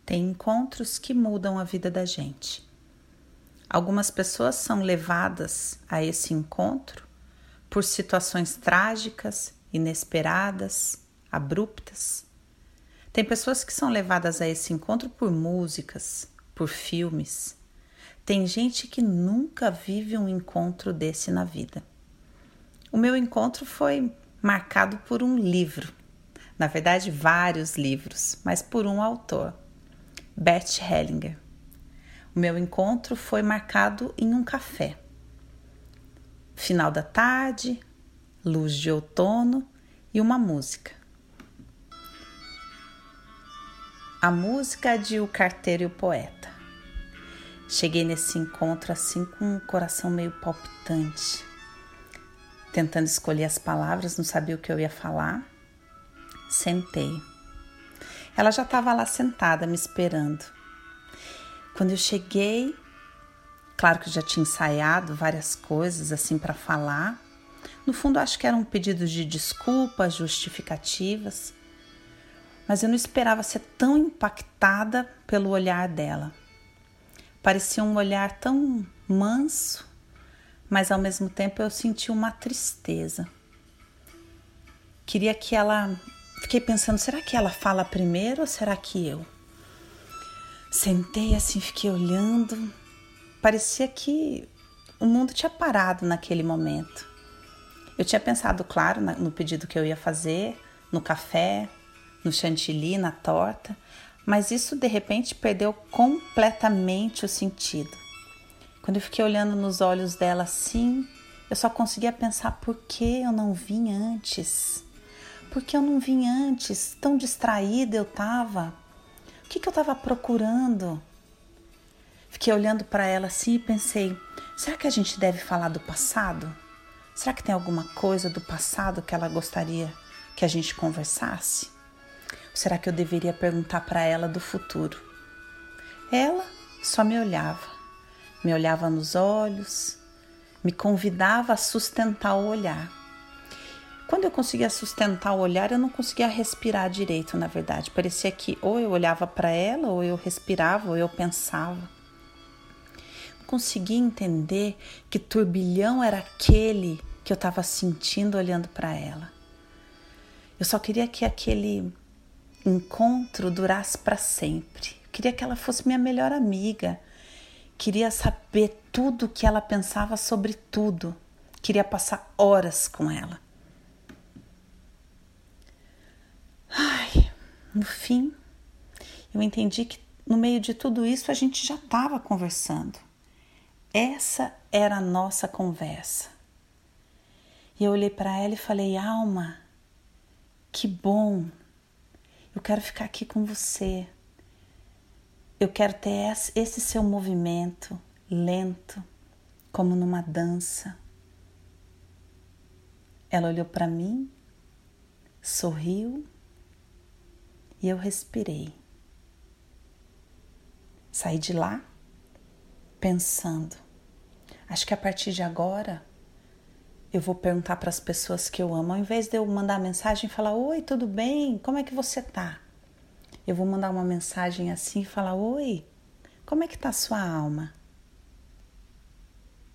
Tem encontros que mudam a vida da gente. Algumas pessoas são levadas a esse encontro por situações trágicas, inesperadas, abruptas. Tem pessoas que são levadas a esse encontro por músicas, por filmes. Tem gente que nunca vive um encontro desse na vida. O meu encontro foi marcado por um livro. Na verdade, vários livros, mas por um autor, Bert Hellinger. O meu encontro foi marcado em um café. Final da tarde, luz de outono e uma música. A música de O Carteiro e o Poeta. Cheguei nesse encontro assim com o coração meio palpitante, tentando escolher as palavras, não sabia o que eu ia falar. Sentei. Ela já estava lá sentada me esperando. Quando eu cheguei, claro que eu já tinha ensaiado várias coisas assim para falar. No fundo, acho que eram pedidos de desculpas, justificativas. Mas eu não esperava ser tão impactada pelo olhar dela. Parecia um olhar tão manso, mas ao mesmo tempo eu senti uma tristeza. Queria que ela... Fiquei pensando, será que ela fala primeiro ou será que eu? Sentei assim, fiquei olhando. Parecia que o mundo tinha parado naquele momento. Eu tinha pensado, claro, no pedido que eu ia fazer, no café, no chantilly, na torta, mas isso de repente perdeu completamente o sentido. Quando eu fiquei olhando nos olhos dela assim, eu só conseguia pensar por que eu não vim antes. Por que eu não vim antes? Tão distraída eu estava. O que eu estava procurando? Fiquei olhando para ela assim e pensei, será que a gente deve falar do passado? Será que tem alguma coisa do passado que ela gostaria que a gente conversasse? Ou será que eu deveria perguntar para ela do futuro? Ela só me olhava nos olhos, me convidava a sustentar o olhar. Quando eu conseguia sustentar o olhar, eu não conseguia respirar direito, na verdade. Parecia que ou eu olhava para ela, ou eu respirava, ou eu pensava. Não conseguia entender que turbilhão era aquele que eu estava sentindo olhando para ela. Eu só queria que aquele encontro durasse para sempre. Eu queria que ela fosse minha melhor amiga. Queria saber tudo o que ela pensava sobre tudo. Queria passar horas com ela. No fim, eu entendi que no meio de tudo isso a gente já estava conversando. Essa era a nossa conversa. E eu olhei para ela e falei, Alma, que bom. Eu quero ficar aqui com você. Eu quero ter esse seu movimento lento, como numa dança. Ela olhou para mim, sorriu e eu respirei. Saí de lá pensando, acho que a partir de agora eu vou perguntar para as pessoas que eu amo, ao invés de eu mandar mensagem e falar, oi, tudo bem? Como é que você tá? Eu vou mandar uma mensagem assim e falar, oi, como é que tá a sua alma?